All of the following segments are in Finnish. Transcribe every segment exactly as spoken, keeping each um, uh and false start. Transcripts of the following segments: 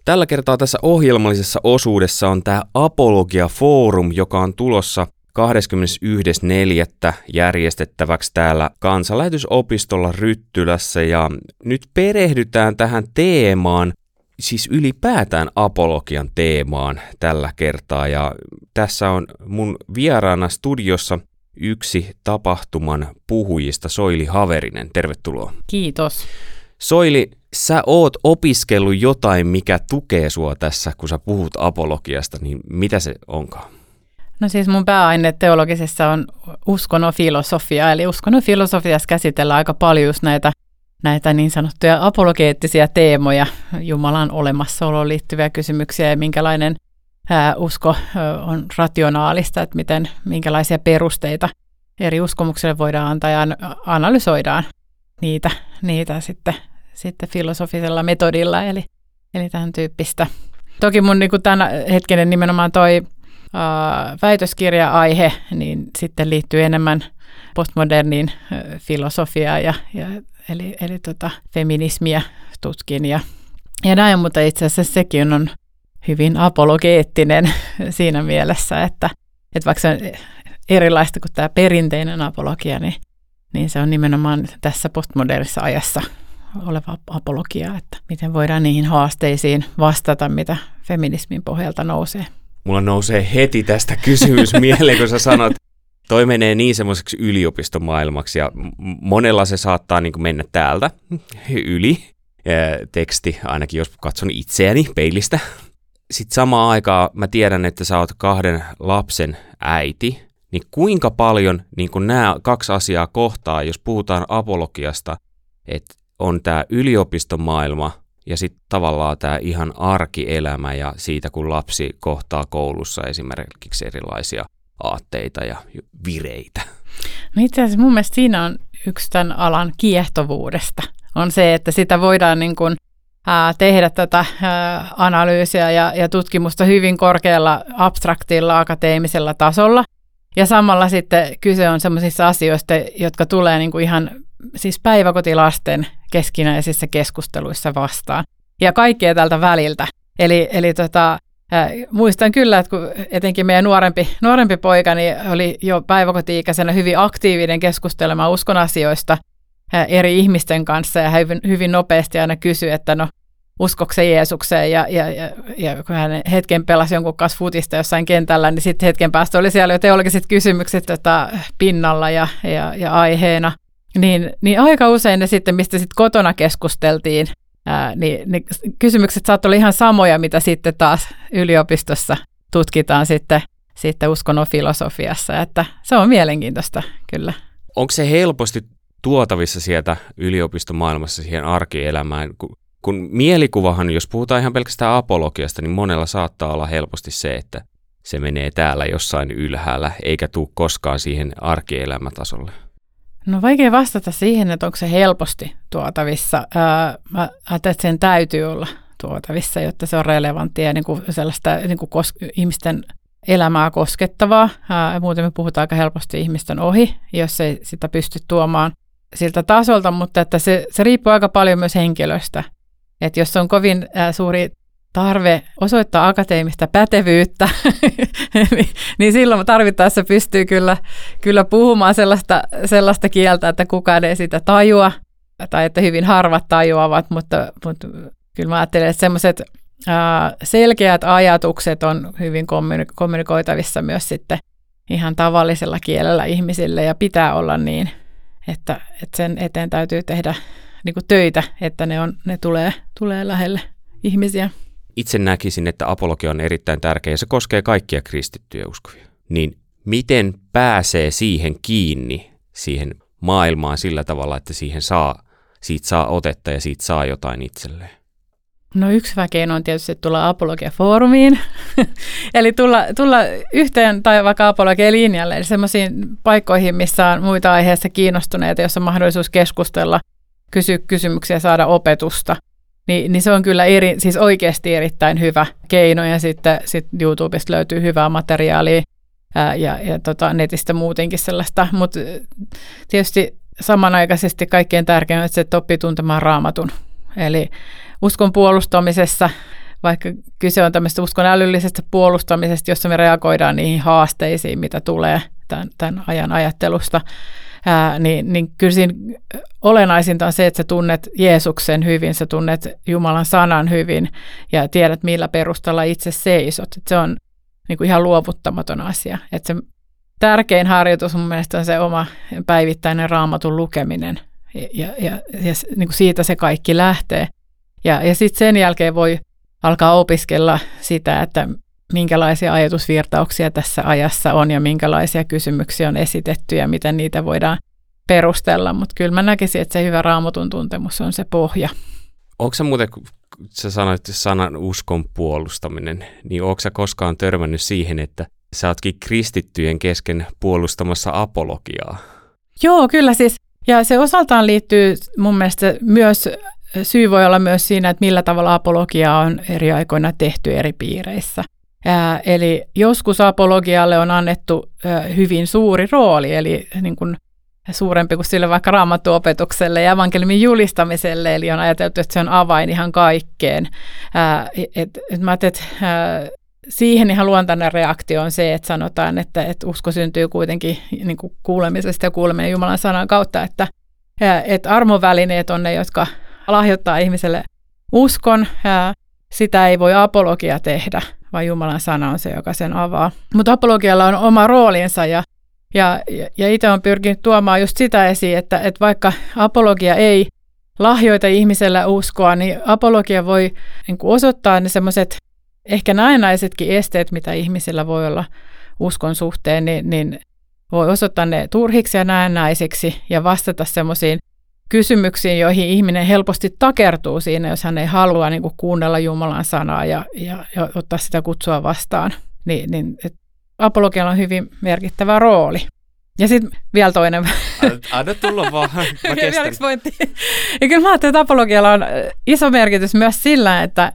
Tällä kertaa tässä ohjelmallisessa osuudessa on tämä Apologia Forum, joka on tulossa kahdeskymmenesensimmäinen neljättä järjestettäväksi täällä Kansanlähetysopistolla Ryttylässä. Ja nyt perehdytään tähän teemaan, siis ylipäätään apologian teemaan tällä kertaa. Ja tässä on mun vieraana studiossa yksi tapahtuman puhujista, Soili Haverinen. Tervetuloa. Kiitos. Soili, sä oot opiskellut jotain, mikä tukee sua tässä, kun sä puhut apologiasta, niin mitä se onkaan? No siis mun pääaine teologisessa on uskonnon filosofia, eli uskonnon filosofiassa käsitellään aika paljon just näitä, näitä niin sanottuja apologeettisia teemoja, Jumalan olemassaoloon liittyviä kysymyksiä ja minkälainen ää, usko on rationaalista, että miten, minkälaisia perusteita eri uskomuksille voidaan antaa ja analysoidaan niitä, niitä sitten, sitten filosofisella metodilla, eli, eli tämän tyyppistä. Toki mun niin kuin tämän hetkinen nimenomaan toi Uh, väitöskirja-aihe niin sitten liittyy enemmän postmoderniin uh, filosofiaan, ja, ja, eli, eli tota, feminismiä tutkin. Ja, ja näin, mutta itse asiassa sekin on hyvin apologeettinen siinä mielessä, että, että vaikka se on erilaista kuin tämä perinteinen apologia, niin, niin se on nimenomaan tässä postmodernissa ajassa oleva apologia, että miten voidaan niihin haasteisiin vastata, mitä feminismin pohjalta nousee. Mulla nousee heti tästä kysymys mieleen, kun sä sanot, toi menee niin semmoiseksi yliopistomaailmaksi ja monella se saattaa niin kuin mennä täältä yli teksti, ainakin jos katson itseäni peilistä. Sitten samaan aikaan mä tiedän, että sä oot kahden lapsen äiti, niin kuinka paljon niin kuin nämä kaksi asiaa kohtaa, jos puhutaan apologiasta, että on tämä yliopistomaailma, ja sitten tavallaan tämä ihan arkielämä ja siitä, kun lapsi kohtaa koulussa esimerkiksi erilaisia aatteita ja vireitä. No itse asiassa mun mielestä siinä on yksi tämän alan kiehtovuudesta. On se, että sitä voidaan niin kuin, ää, tehdä tätä ää, analyysiä ja, ja tutkimusta hyvin korkealla abstraktilla akateemisella tasolla. Ja samalla sitten kyse on sellaisista asioista, jotka tulee niin kuin ihan siis päiväkotilasten keskinäisissä keskusteluissa vastaan. Ja kaikkea tältä väliltä. Eli, eli tota, äh, muistan kyllä, että kun etenkin meidän nuorempi, nuorempi poika niin oli jo päiväkoti-ikäisenä hyvin aktiivinen keskustelemaan uskon asioista äh, eri ihmisten kanssa. Ja hän hyvin, hyvin nopeasti aina kysyi, että no uskoiko se Jeesukseen. Ja, ja, ja, ja kun hän hetken pelasi jonkun kanssa futista jossain kentällä, niin sitten hetken päästä oli siellä jo teologiset kysymykset tota, pinnalla ja, ja, ja aiheena. Niin, niin aika usein ne sitten, mistä sitten kotona keskusteltiin, ää, niin, niin kysymykset saattoi olla ihan samoja, mitä sitten taas yliopistossa tutkitaan sitten, sitten uskonnon filosofiassa, että se on mielenkiintoista kyllä. Onko se helposti tuotavissa sieltä yliopistomaailmassa siihen arkielämään, kun, kun mielikuvahan, jos puhutaan ihan pelkästään apologiasta, niin monella saattaa olla helposti se, että se menee täällä jossain ylhäällä, eikä tule koskaan siihen arkielämätasolle. No vaikea vastata siihen, että onko se helposti tuotavissa. Ää, mä ajattelen, että sen täytyy olla tuotavissa, jotta se on relevanttia ja niin kuin sellaista niin kuin kos- ihmisten elämää koskettavaa. Ää, muuten me puhutaan aika helposti ihmisten ohi, jos ei sitä pysty tuomaan siltä tasolta, mutta että se, se riippuu aika paljon myös henkilöstä. Että jos on kovin ää, suuri tarve osoittaa akateemista pätevyyttä, niin, niin silloin tarvittaessa pystyy kyllä, kyllä puhumaan sellaista, sellaista kieltä, että kukaan ei sitä tajua, tai että hyvin harvat tajuavat, mutta, mutta kyllä mä ajattelen, että sellaiset ää, selkeät ajatukset on hyvin kommunikoitavissa myös sitten ihan tavallisella kielellä ihmisille, ja pitää olla niin, että, että sen eteen täytyy tehdä niin kuin töitä, että ne, on, ne tulee, tulee lähelle ihmisiä. Itse näkisin, että apologia on erittäin tärkeä ja se koskee kaikkia kristittyjä uskovia. Niin miten pääsee siihen kiinni, siihen maailmaan sillä tavalla, että siihen saa, siitä saa otetta ja siitä saa jotain itselleen? No yksi hyvä keino on tietysti tulla apologia-foorumiin, eli tulla, tulla yhteen tai vaikka apologia-linjalle, eli semmoisiin paikkoihin, missä on muita aiheessa kiinnostuneita, jossa on mahdollisuus keskustella, kysyä kysymyksiä, saada opetusta. Niin, niin se on kyllä eri, siis oikeasti erittäin hyvä keino, ja sitten sit YouTubesta löytyy hyvää materiaalia ää, ja, ja tota, netistä muutenkin sellaista, mutta tietysti samanaikaisesti kaikkein tärkeintä on, että se oppii tuntemaan Raamatun. Eli uskon puolustamisessa vaikka kyse on tämmöistä uskon älyllisestä puolustamisesta, jossa me reagoidaan niihin haasteisiin, mitä tulee tämän, tämän ajan ajattelusta, ää, niin, niin kyllä siinä olennaisinta on se, että sä tunnet Jeesuksen hyvin, sä tunnet Jumalan sanan hyvin ja tiedät, millä perustalla itse seisot. Et se on niin kuin ihan luovuttamaton asia. Et se tärkein harjoitus mun mielestä on se oma päivittäinen Raamatun lukeminen ja, ja, ja, ja niin kuin siitä se kaikki lähtee. Ja, ja sitten sen jälkeen voi alkaa opiskella sitä, että minkälaisia ajatusvirtauksia tässä ajassa on ja minkälaisia kysymyksiä on esitetty ja miten niitä voidaan perustella. Mutta kyllä mä näkisin, että se hyvä Raamatun tuntemus on se pohja. Onko sä muuten, kun sä sanoit sanan uskon puolustaminen, niin onko sä koskaan törmännyt siihen, että sä ootkin kristittyjen kesken puolustamassa apologiaa? Joo, kyllä siis. Ja se osaltaan liittyy mun mielestä myös, syy voi olla myös siinä, että millä tavalla apologiaa on eri aikoina tehty eri piireissä. Ää, eli joskus apologialle on annettu ää, hyvin suuri rooli, eli niin kuin suurempi kuin sille vaikka raamattuopetukselle ja evankeliumin julistamiselle, eli on ajateltu, että se on avain ihan kaikkeen. Ää, et, et mä ajattelin, että ää, siihen ihan luontainen reaktio on se, että sanotaan, että, että usko syntyy kuitenkin niin kuin kuulemisesta ja kuuleminen Jumalan sanan kautta, että, että armovälineet on ne, jotka lahjoittaa ihmiselle uskon. Sitä ei voi apologia tehdä, vaan Jumalan sana on se, joka sen avaa. Mutta apologialla on oma roolinsa ja, ja, ja itse olen pyrkinyt tuomaan just sitä esiin, että, että vaikka apologia ei lahjoita ihmiselle uskoa, niin apologia voi niin kuin osoittaa ne semmoiset ehkä näennäisetkin esteet, mitä ihmisillä voi olla uskon suhteen, niin, niin voi osoittaa ne turhiksi ja näennäisiksi ja vastata semmoisiin kysymyksiin, joihin ihminen helposti takertuu siinä, jos hän ei halua niin kuin kuunnella Jumalan sanaa ja, ja, ja ottaa sitä kutsua vastaan. Niin, niin, apologialla on hyvin merkittävä rooli. Ja sitten vielä toinen. Anna tulla vaan, mä kestän. Ja kyllä mä ajattelin, että apologialla on iso merkitys myös sillä, että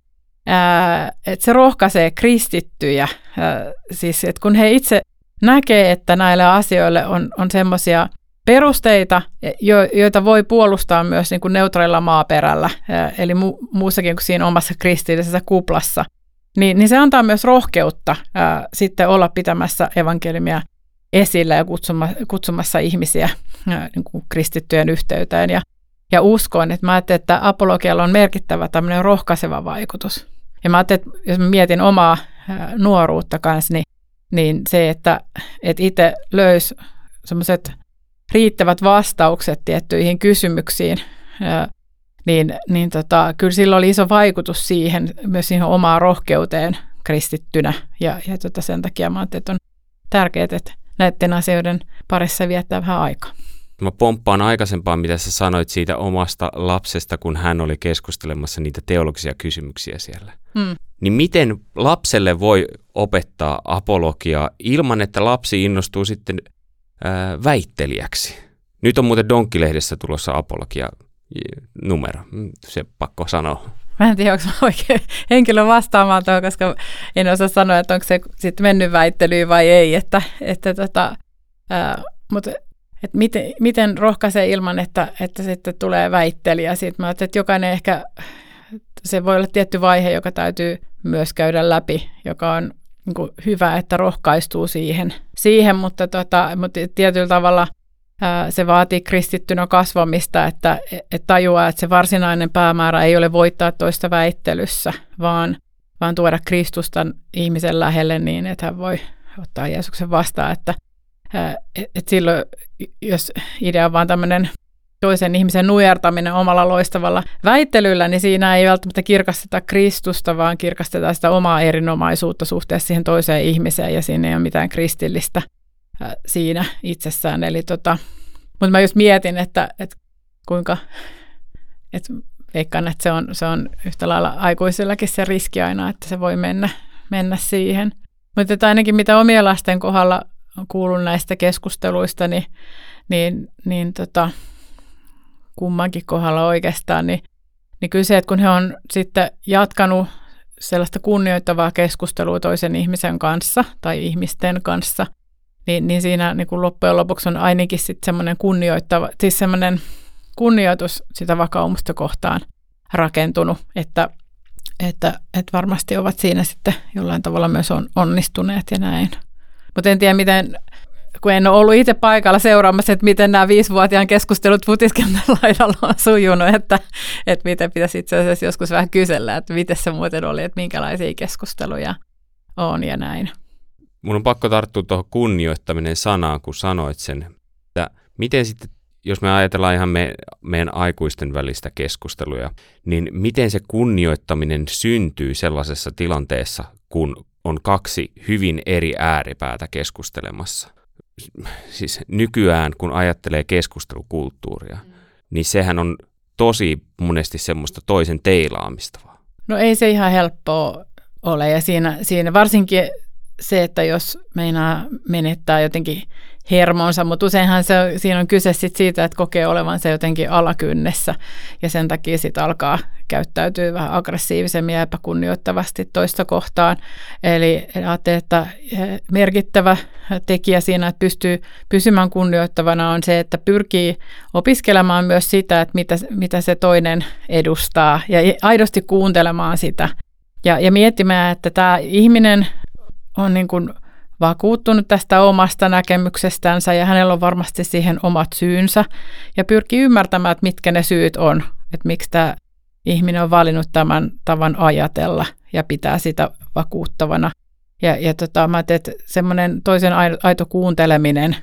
Ää, että se rohkaisee kristittyjä, ää, siis että kun he itse näkee, että näille asioille on, on semmoisia perusteita, jo, joita voi puolustaa myös niin kuin neutraalilla maaperällä, ää, eli mu, muussakin kuin siinä omassa kristillisessä kuplassa, niin, niin se antaa myös rohkeutta ää, sitten olla pitämässä evankeliumia esillä ja kutsuma, kutsumassa ihmisiä ää, niin kuin kristittyjen yhteyteen. Ja, ja uskon, että mä ajattelin, että apologialla on merkittävä tämmöinen rohkaiseva vaikutus. Ja mä ajattelin, että jos mä mietin omaa nuoruutta kanssa, niin, niin se, että, että itse löysi semmoiset riittävät vastaukset tiettyihin kysymyksiin, niin, niin tota, kyllä sillä oli iso vaikutus siihen, myös siihen omaan rohkeuteen kristittynä. Ja, ja tota sen takia mä ajattelin, että on tärkeää, että näiden asioiden parissa viettää vähän aikaa. Mä pomppaan aikaisempaan, mitä sä sanoit siitä omasta lapsesta, kun hän oli keskustelemassa niitä teologisia kysymyksiä siellä. Hmm. Niin miten lapselle voi opettaa apologiaa ilman, että lapsi innostuu sitten ää, väittelijäksi? Nyt on muuten Donkki-lehdessä tulossa apologia-numero, se pakko sanoa. Mä en tiedä, onko mä oikein henkilö vastaamaan tuohon, koska en osaa sanoa, että onko se sitten mennyt väittelyyn vai ei. Että, että tota, ää, mutta että miten, miten rohkaisee ilman, että, että sitten tulee väittelijä. Sitten mä ajattelin, että jokainen ehkä, se voi olla tietty vaihe, joka täytyy myös käydä läpi, joka on niin kuin hyvä, että rohkaistuu siihen, siihen mutta, tota, mutta tietyllä tavalla ää, se vaatii kristittynä kasvamista, että et tajuaa, että se varsinainen päämäärä ei ole voittaa toista väittelyssä, vaan, vaan tuoda Kristusta ihmisen lähelle niin, että hän voi ottaa Jeesuksen vastaan, että että silloin, jos idea on vaan tämmöinen toisen ihmisen nujertaminen omalla loistavalla väittelyllä, niin siinä ei välttämättä kirkasteta Kristusta, vaan kirkastetaan sitä omaa erinomaisuutta suhteessa siihen toiseen ihmiseen, ja siinä ei ole mitään kristillistä ää, siinä itsessään. Eli tota, mutta mä just mietin, että, että kuinka, että veikkaan, että se on, se on yhtä lailla aikuisillakin se riski aina, että se voi mennä, mennä siihen. Mutta ainakin mitä omien lasten kohdalla on kuullut näistä keskusteluista, niin, niin, niin tota, kummankin kohdalla oikeastaan, niin, niin kyllä se, että kun he on sitten jatkanut sellaista kunnioittavaa keskustelua toisen ihmisen kanssa tai ihmisten kanssa, niin, niin siinä niin kuin loppujen lopuksi on ainakin sitten semmoinen kunnioittava, siis semmoinen kunnioitus sitä vakaumusta kohtaan rakentunut, että, että, että varmasti ovat siinä sitten jollain tavalla myös on, onnistuneet ja näin. Mutta en tiedä, miten, kun en ole ollut itse paikalla seuraamassa, että miten nämä viisivuotiaan keskustelut futiskentän laidalla on sujunut, että, että miten pitäisi itse asiassa joskus vähän kysellä, että miten se muuten oli, että minkälaisia keskusteluja on ja näin. Mun on pakko tarttua tuohon kunnioittaminen sanaan, kun sanoit sen, että miten sitten, jos me ajatellaan ihan me, meidän aikuisten välistä keskusteluja, niin miten se kunnioittaminen syntyy sellaisessa tilanteessa, kun on kaksi hyvin eri ääripäätä keskustelemassa. Siis nykyään, kun ajattelee keskustelukulttuuria, mm. niin sehän on tosi monesti semmoista toisen teilaamista vaan. No ei se ihan helppoa ole, ja siinä, siinä varsinkin se, että jos meinaa menettää jotenkin hermonsa, mutta useinhan se, siinä on kyse sit siitä, että kokee olevansa jotenkin alakynnessä, ja sen takia sitten alkaa käyttäytyy vähän aggressiivisemmin ja epäkunnioittavasti toista kohtaan. Eli ajattelin, että merkittävä tekijä siinä, että pystyy pysymään kunnioittavana, on se, että pyrkii opiskelemaan myös sitä, että mitä, mitä se toinen edustaa, ja aidosti kuuntelemaan sitä, ja, ja miettimään, että tämä ihminen on niin kuin vakuuttunut tästä omasta näkemyksestänsä, ja hänellä on varmasti siihen omat syynsä, ja pyrkii ymmärtämään, että mitkä ne syyt on, että miksi tämä ihminen on valinnut tämän tavan ajatella ja pitää sitä vakuuttavana. Ja, ja tota, mä ajattelin, että semmoinen toisen aito kuunteleminen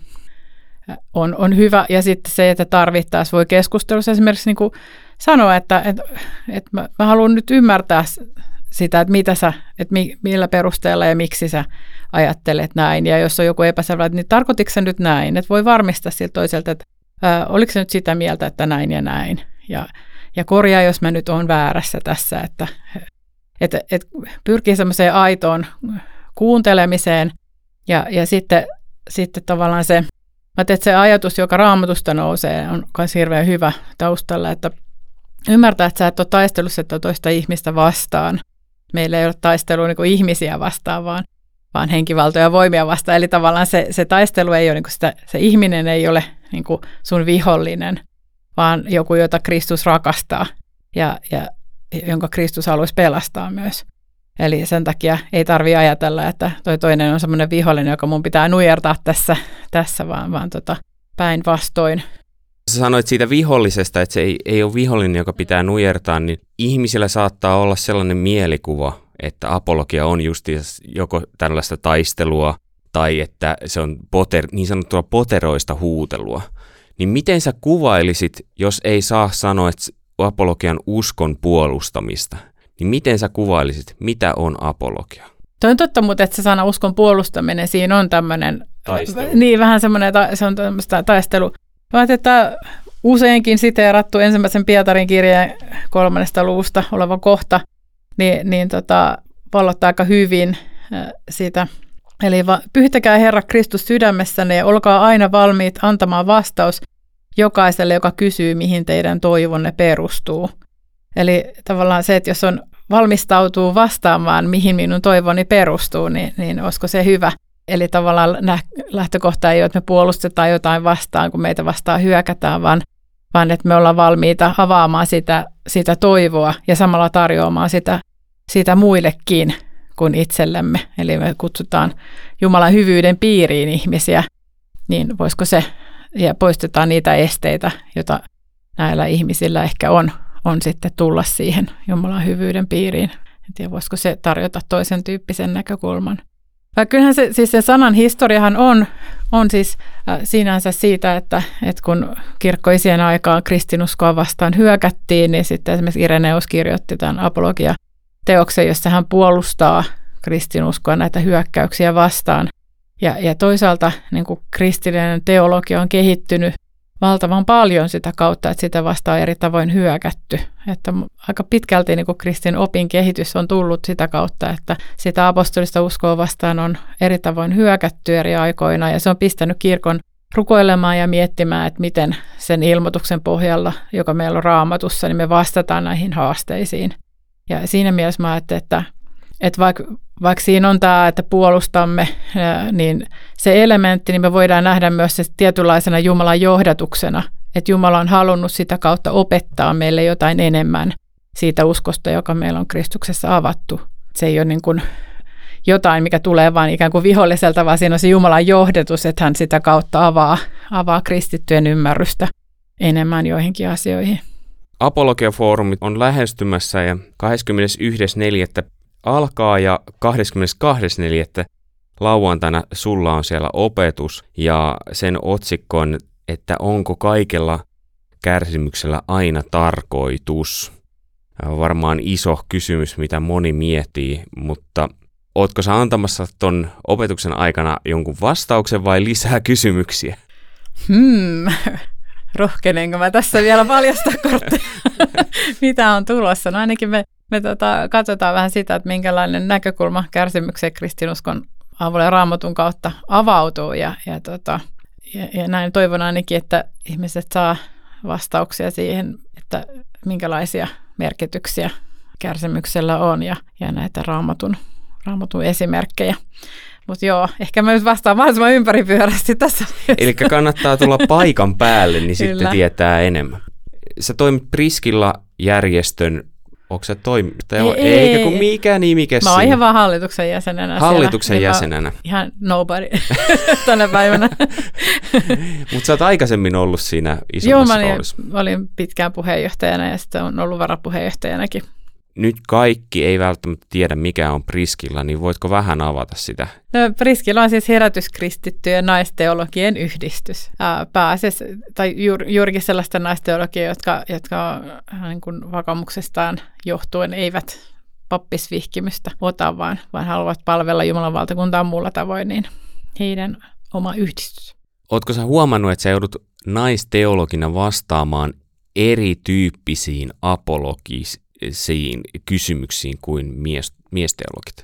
on, on hyvä. Ja sitten se, että tarvittaessa voi keskustelussa esimerkiksi niin kuin sanoa, että, että, että mä, mä haluan nyt ymmärtää sitä, että, mitä sä, että mi, millä perusteella ja miksi sä ajattelet näin. Ja jos on joku epäselvä, niin tarkoititko sä nyt näin? Että voi varmistaa siltä toiselta, että ää, oliko se nyt sitä mieltä, että näin ja näin. Ja Ja korjaa, jos mä nyt oon väärässä tässä, että, että, että pyrkii semmoiseen aitoon kuuntelemiseen. Ja, ja sitten, sitten tavallaan se, että se ajatus, joka Raamatusta nousee, on myös hirveän hyvä taustalla, että ymmärtää, että sä et ole taistelussa että toista ihmistä vastaan. Meillä ei ole taistelua niin kuin ihmisiä vastaan, vaan, vaan henkivaltoja ja voimia vastaan. Eli tavallaan se, se taistelu ei ole, niin kuin sitä, se ihminen ei ole niin kuin sun vihollinen, vaan joku, jota Kristus rakastaa ja, ja jonka Kristus haluaisi pelastaa myös. Eli sen takia ei tarvitse ajatella, että toi toinen on semmoinen vihollinen, joka mun pitää nujertaa tässä, tässä vaan, vaan tota, päinvastoin. Sä sanoit siitä vihollisesta, että se ei, ei ole vihollinen, joka pitää nujertaa, niin ihmisillä saattaa olla sellainen mielikuva, että apologia on just joko tällaista taistelua tai että se on poter, niin sanottua poteroista huutelua. Niin miten sä kuvailisit, jos ei saa sanoa, että apologian uskon puolustamista, niin miten sä kuvailisit, mitä on apologia? Toi on totta, mutta että se sana uskon puolustaminen, siinä on tämmöinen, taistelu. Niin vähän semmoinen, se on tämmöistä taistelu. Mä että useinkin siteerattu ensimmäisen Pietarin kirjeen kolmannesta luvusta oleva kohta, niin, niin tota, vallottaa aika hyvin siitä. Eli va, pyhittäkää Herra Kristus sydämessänne ja olkaa aina valmiit antamaan vastaus jokaiselle, joka kysyy, mihin teidän toivonne perustuu. Eli tavallaan se, että jos on valmistautuu vastaamaan, mihin minun toivoni perustuu, niin, niin olisiko se hyvä. Eli tavallaan lähtökohta ei ole, että me puolustetaan jotain vastaan, kun meitä vastaan hyökätään, vaan, vaan että me ollaan valmiita avaamaan sitä, sitä toivoa ja samalla tarjoamaan sitä, sitä muillekin kuin itsellemme. Eli me kutsutaan Jumalan hyvyyden piiriin ihmisiä, niin voisiko se, ja poistetaan niitä esteitä, joita näillä ihmisillä ehkä on, on sitten tulla siihen Jumalan hyvyyden piiriin. En tiedä, voisiko se tarjota toisen tyyppisen näkökulman. Vai kyllähän se, siis sen sanan historiahan on, on siis äh, sinänsä siitä, että, että kun kirkkoisien aikaan kristinuskoa vastaan hyökättiin, niin sitten esimerkiksi Ireneus kirjoitti tämän apologia-teoksen, jossa hän puolustaa kristinuskoa näitä hyökkäyksiä vastaan. Ja, ja toisaalta niin kuin kristillinen teologia on kehittynyt valtavan paljon sitä kautta, että sitä vastaan eri tavoin hyökätty. Että aika pitkälti niin kuin kristin opin kehitys on tullut sitä kautta, että sitä apostolista uskoa vastaan on eri tavoin hyökätty eri aikoina, ja se on pistänyt kirkon rukoilemaan ja miettimään, että miten sen ilmoituksen pohjalla, joka meillä on Raamatussa, niin me vastataan näihin haasteisiin. Ja siinä mielessä mä ajattelin, että, että vaikka, vaikka siinä on tämä, että puolustamme, niin se elementti, niin me voidaan nähdä myös se tietynlaisena Jumalan johdatuksena, että Jumala on halunnut sitä kautta opettaa meille jotain enemmän siitä uskosta, joka meillä on Kristuksessa avattu. Se ei ole niin kuin jotain, mikä tulee vaan ikään kuin viholliselta, vaan siinä on se Jumalan johdetus, että hän sitä kautta avaa, avaa kristittyjen ymmärrystä enemmän joihinkin asioihin. Apologia-foorumi on lähestymässä ja kahdeskymmenesensimmäinen neljättä alkaa ja kahdeskymmenestoinen neljättä lauantaina sulla on siellä opetus ja sen otsikko on, että onko kaikella kärsimyksellä aina tarkoitus. Varmaan iso kysymys, mitä moni miettii, mutta ootko sä antamassa ton opetuksen aikana jonkun vastauksen vai lisää kysymyksiä? Hmm, rohkenenko mä tässä vielä paljastaa kortteja, mitä on tulossa? No ainakin me, me tota, katsotaan vähän sitä, että minkälainen näkökulma kärsimykseen kristinuskon avulla ja Raamatun kautta avautuu ja, ja, tota, ja, ja näin toivon ainakin, että ihmiset saa vastauksia siihen, että minkälaisia merkityksiä kärsimyksellä on ja, ja näitä raamatun, raamatun esimerkkejä. Mutta joo, ehkä mä nyt vastaan mahdollisimman ympäripyörästi tässä. Eli kannattaa tulla paikan päälle, niin Kyllä. sitten tietää enemmän. Sä toimit Priskilla-järjestön, onko sä toimittaja? Ei, Eikä kun mikä nimike Mä oon ihan vaan hallituksen jäsenenä. Hallituksen siellä. jäsenenä. Ihan nobody tänä päivänä. Mutta sä oot aikaisemmin ollut siinä isommassa Joo, mä olin, roolissa. olin pitkään puheenjohtajana ja sitten on ollut varapuheenjohtajanakin. Nyt kaikki ei välttämättä tiedä, mikä on Priskilla, niin voitko vähän avata sitä? No, Priskilla on siis herätyskristittyjen naisteologien yhdistys. Ää, pääasiassa, tai juur, juurikin sellaista naisteologia, jotka, jotka niin kuin vakaumuksestaan johtuen eivät pappisvihkimystä ota, vaan, vaan haluavat palvella Jumalan valtakuntaa muulla tavoin, niin heidän oma yhdistys. Ootko sä huomannut, että sä joudut naisteologina vastaamaan erityyppisiin apologisiin kysymyksiin kuin mies, miesteologit?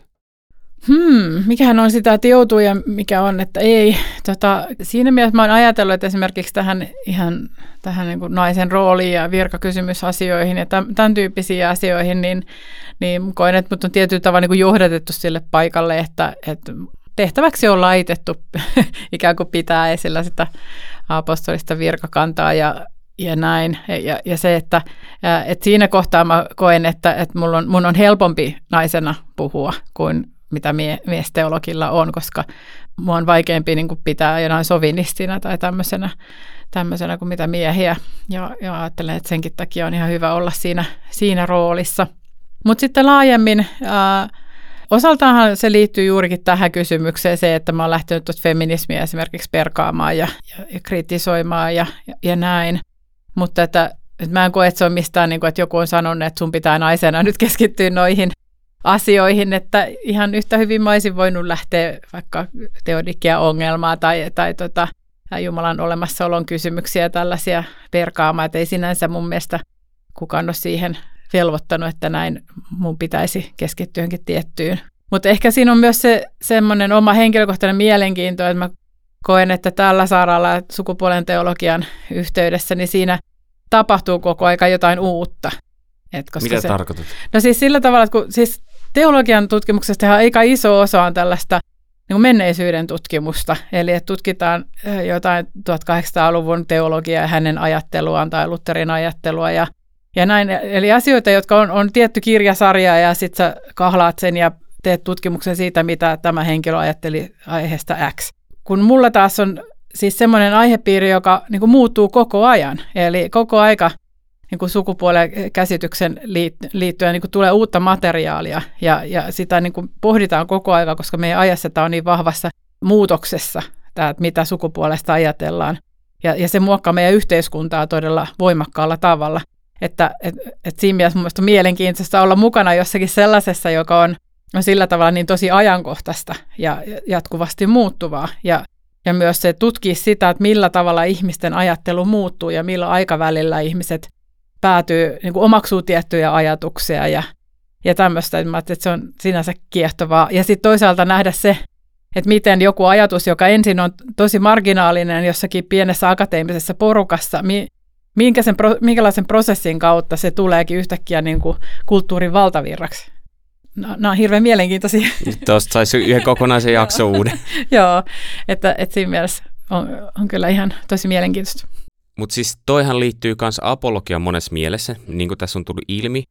Hmm, mikähän on sitä, että joutuu ja mikä on, että ei. Tota, siinä mielessä mä oon ajatellut, että esimerkiksi tähän, ihan, tähän niin kuin naisen rooliin ja virkakysymysasioihin ja tämän, tämän tyyppisiin asioihin, niin, niin koen, että mut on tietyllä tavalla niin kuin johdatettu sille paikalle, että, että tehtäväksi on laitettu ikään kuin pitää esillä sitä apostolista virkakantaa ja Ja näin. Ja, ja se, että, että siinä kohtaa mä koen, että, että mulla on, mun on helpompi naisena puhua kuin mitä mie, miesteologilla on, koska mua on vaikeampi niin kuin pitää jonain sovinistina tai tämmöisenä, tämmöisenä kuin mitä miehiä. Ja, ja ajattelen, että senkin takia on ihan hyvä olla siinä, siinä roolissa. Mutta sitten laajemmin, ää, osaltaanhan se liittyy juurikin tähän kysymykseen se, että mä oon lähtenyt tuota feminismiä esimerkiksi perkaamaan ja, ja, ja kritisoimaan ja, ja, ja näin. Mutta että, että mä en koe, että se on mistään, niin kuin, että joku on sanonut, että sun pitää naisena nyt keskittyä noihin asioihin, että ihan yhtä hyvin mä olisin voinut lähteä vaikka teodikia-ongelmaa tai, tai tota, Jumalan olemassaolon kysymyksiä ja tällaisia perkaamaan, että ei sinänsä mun mielestä kukaan ole siihen velvoittanut, että näin mun pitäisi keskittyä johonkin tiettyyn. Mutta ehkä siinä on myös se semmoinen oma henkilökohtainen mielenkiinto, että mä koen, että tällä saralla sukupuolen teologian yhteydessä, niin siinä tapahtuu koko aika jotain uutta. Et koska Mitä se, tarkoitat? No siis sillä tavalla, että kun siis teologian tutkimuksesta aika iso osa on tällaista niin kuin menneisyyden tutkimusta, eli että tutkitaan jotain tuhatkahdeksansataaluvun teologiaa ja hänen ajatteluaan tai Lutherin ajattelua ja, ja näin. Eli asioita, jotka on, on tietty kirjasarja ja sitten sä kahlaat sen ja teet tutkimuksen siitä, mitä tämä henkilö ajatteli aiheesta X. Kun mulla taas on siis semmoinen aihepiiri, joka niin kuin muuttuu koko ajan, eli koko aika niin kuin sukupuolen käsityksen liittyen niin kuin tulee uutta materiaalia ja, ja sitä niin kuin pohditaan koko aika, koska meidän ajassa tämä on niin vahvassa muutoksessa, tämä, että mitä sukupuolesta ajatellaan. Ja, ja se muokkaa meidän yhteiskuntaa todella voimakkaalla tavalla. Että et, et siinä mielessä mun mielestä on mielenkiintoista olla mukana jossakin sellaisessa, joka on, on sillä tavalla niin tosi ajankohtaista ja jatkuvasti muuttuvaa. Ja, ja myös se tutkii sitä, että millä tavalla ihmisten ajattelu muuttuu ja millä aikavälillä ihmiset päätyy, niin kuin omaksuu tiettyjä ajatuksia ja, ja tämmöistä. Mä ajattelin, että se on sinänsä kiehtovaa. Ja sitten toisaalta nähdä se, että miten joku ajatus, joka ensin on tosi marginaalinen jossakin pienessä akateemisessa porukassa, mi, minkä sen, minkälaisen prosessin kautta se tuleekin yhtäkkiä niin kuin kulttuurin valtavirraksi. No, nämä on hirveän mielenkiintoisia. Tuosta saisi yhden kokonaisen jakson uuden. Joo, että, että siinä mielessä on, on kyllä ihan tosi mielenkiintoista. Mutta siis toihan liittyy myös apologiaan monessa mielessä, niin kuin tässä on tullut ilmi.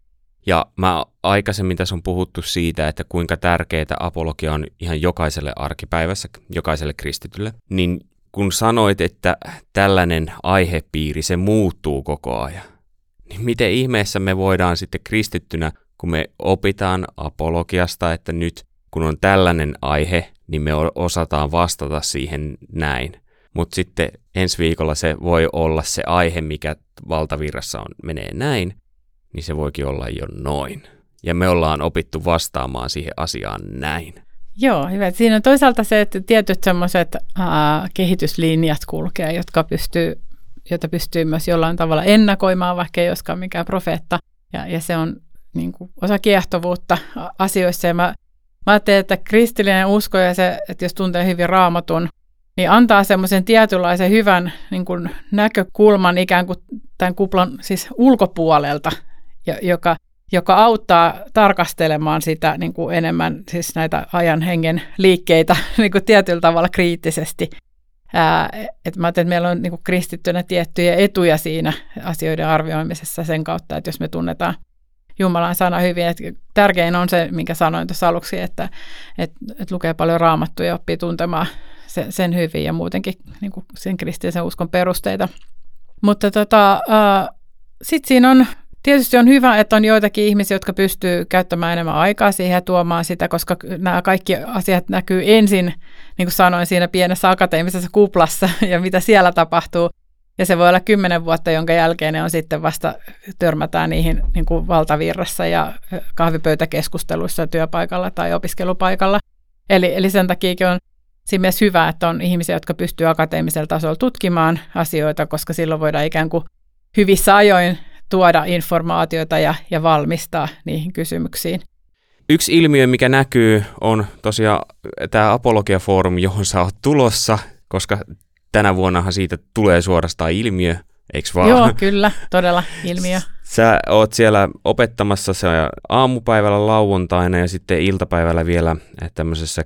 Ja mä aikaisemmin tässä on puhuttu siitä, että kuinka tärkeää apologia on ihan jokaiselle arkipäivässä, jokaiselle kristitylle. Niin kun sanoit, että tällainen aihepiiri, se muuttuu koko ajan, niin miten ihmeessä me voidaan sitten kristittynä, kun me opitaan apologiasta, että nyt kun on tällainen aihe, niin me osataan vastata siihen näin. Mutta sitten ensi viikolla se voi olla se aihe, mikä valtavirrassa on, menee näin, niin se voikin olla jo noin. Ja me ollaan opittu vastaamaan siihen asiaan näin. Joo, hyvä. Siinä on toisaalta se, että tietyt semmoiset kehityslinjat kulkee, jotka pystyy, joita pystyy myös jollain tavalla ennakoimaan, vaikka ei olisikaan mikään profeetta. Ja, ja se on niin kuin osa kiehtovuutta asioissa. Ja mä, mä ajattelen, että kristillinen usko ja se, että jos tuntee hyvin Raamatun, niin antaa semmoisen tietynlaisen hyvän niin kuin näkökulman ikään kuin tämän kuplan siis ulkopuolelta, joka, joka auttaa tarkastelemaan sitä niin kuin enemmän siis näitä ajan hengen liikkeitä niin kuin tietyllä tavalla kriittisesti. Ää, et mä ajattelen, että meillä on niin kuin kristittynä tiettyjä etuja siinä asioiden arvioimisessa sen kautta, että jos me tunnetaan Jumalan sana hyvin. Että tärkein on se, minkä sanoin tuossa aluksi, että, että, että lukee paljon Raamattua ja oppii tuntemaan sen, sen hyvin ja muutenkin niin kuin sen kristillisen uskon perusteita. Mutta tota, äh, sitten siinä on, tietysti on hyvä, että on joitakin ihmisiä, jotka pystyy käyttämään enemmän aikaa siihen ja tuomaan sitä, koska nämä kaikki asiat näkyy ensin, niin kuin sanoin, siinä pienessä akateemisessa kuplassa ja mitä siellä tapahtuu. Ja se voi olla kymmenen vuotta, jonka jälkeen ne on sitten vasta törmätään niihin niin kuin valtavirrassa ja kahvipöytäkeskusteluissa työpaikalla tai opiskelupaikalla. Eli, eli sen takia on siinä mielessä hyvä, että on ihmisiä, jotka pystyy akateemisella tasolla tutkimaan asioita, koska silloin voidaan ikään kuin hyvissä ajoin tuoda informaatiota ja, ja valmistaa niihin kysymyksiin. Yksi ilmiö, mikä näkyy, on tosiaan tämä Apologia-foorumi, johon sä oot tulossa, koska tänä vuonnahan siitä tulee suorastaan ilmiö, eikö vaan? Joo, kyllä, todella ilmiö. Sä oot siellä opettamassa se aamupäivällä lauantaina ja sitten iltapäivällä vielä tämmöisessä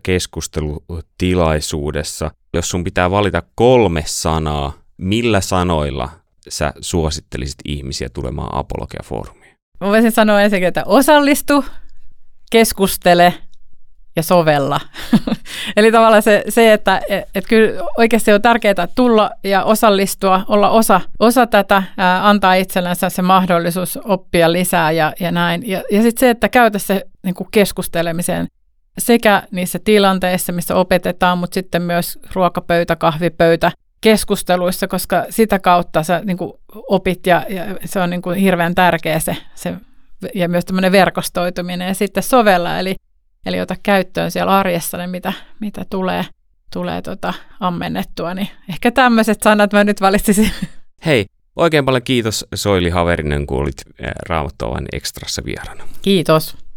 keskustelutilaisuudessa. Jos sun pitää valita kolme sanaa, millä sanoilla sä suosittelisit ihmisiä tulemaan Apologia-foorumiin? Mä voisin sanoa ensinnäkin, että osallistu, keskustele ja sovella. Eli tavallaan se, se että et kyllä oikeasti on tärkeää tulla ja osallistua, olla osa, osa tätä, ää, antaa itsellensä se mahdollisuus oppia lisää ja, ja näin. Ja, ja sitten se, että käytä se niin kuin keskustelemiseen sekä niissä tilanteissa, missä opetetaan, mutta sitten myös ruokapöytä, kahvipöytä, keskusteluissa, koska sitä kautta sä niin kuin opit ja, ja se on niin kuin hirveän tärkeä se, se ja myös tämmöinen verkostoituminen ja sitten sovella, eli Eli ota käyttöön siellä arjessa ne, mitä, mitä tulee, tulee tota ammennettua. Niin ehkä tämmöiset sanat mä nyt valitsisin. Hei, oikein paljon kiitos Soili Haverinen, kun olit Raamattu Avain Extrassa vieraana. Kiitos.